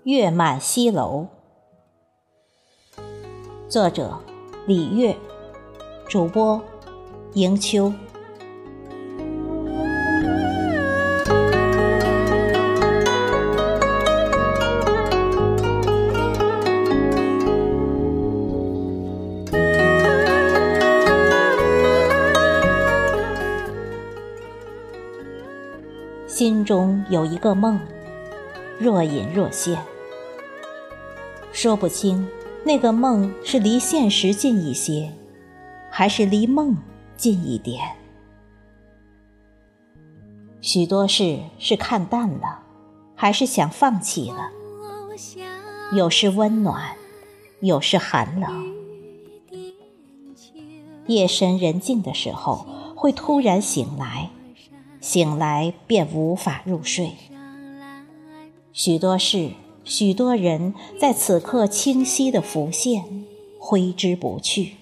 月满西楼。作者李月，主播迎秋。心中有一个梦，若隐若现，说不清那个梦是离现实近一些，还是离梦近一点。许多事是看淡了，还是想放弃了，有时温暖，有时寒冷。夜深人静的时候，会突然醒来，醒来便无法入睡。许多事，许多人在此刻清晰地浮现，挥之不去。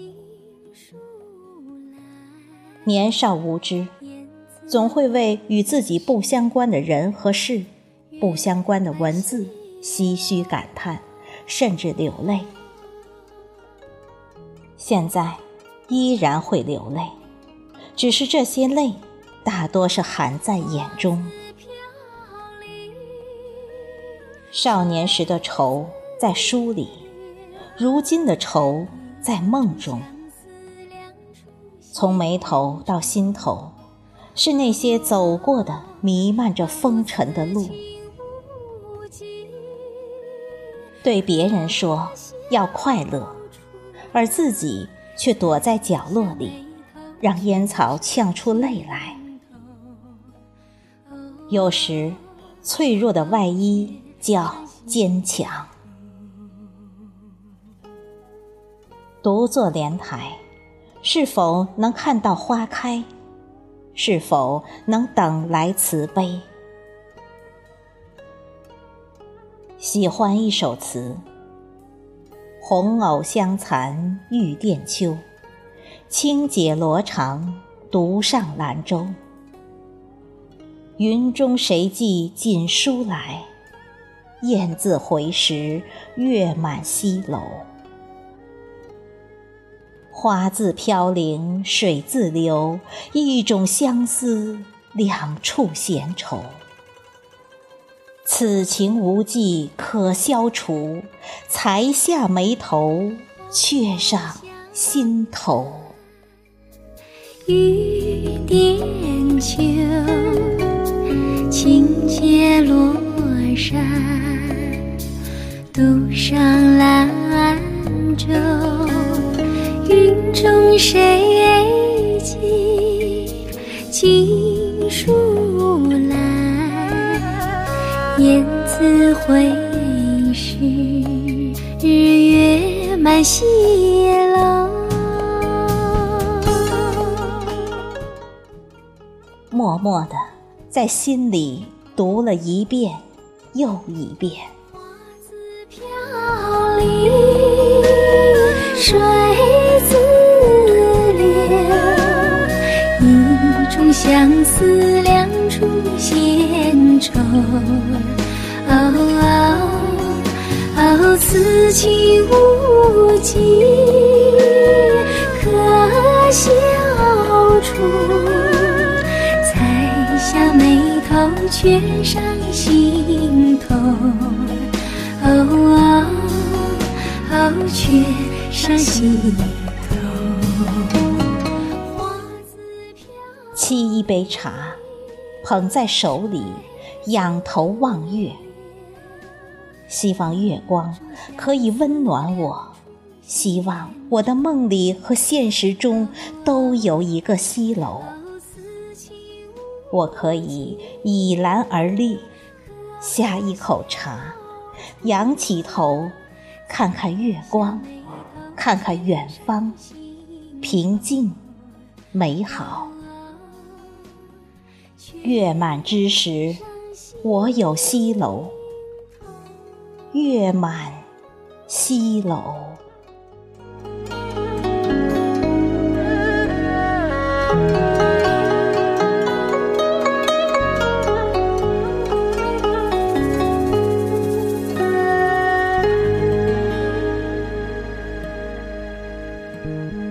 年少无知，总会为与自己不相关的人和事，不相关的文字唏嘘感叹，甚至流泪。现在依然会流泪，只是这些泪大多是含在眼中。少年时的愁在书里，如今的愁在梦中。从眉头到心头，是那些走过的弥漫着风尘的路。对别人说要快乐，而自己却躲在角落里，让烟草呛出泪来。有时脆弱的外衣叫坚强。独坐莲台，是否能看到花开？是否能等来慈悲？喜欢一首词：红藕香残玉簟秋，轻解罗裳独上兰舟。云中谁寄锦书来？雁自回时，月满西楼。花自飘零，水自流，一种相思，两处闲愁。此情无计可消除，才下眉头，却上心头。 玉簟秋，轻解罗衫，独上兰舟。云中谁寄锦书来？雁自回时，月满西楼。 默默地在心里读了一遍又一遍。 花自飘零，水自流，一种相思，两处闲愁。此情无计可消除，才下眉头，却上心头。却上心头。 沏一杯茶，捧在手里，仰头望月。希望月光可以温暖我，希望我的梦里和现实中都有一个西楼。我可以倚栏而立，下一口茶，仰起头，看看月光，看看远方，平静美好。月满之时，我有西楼，月满西楼。 你。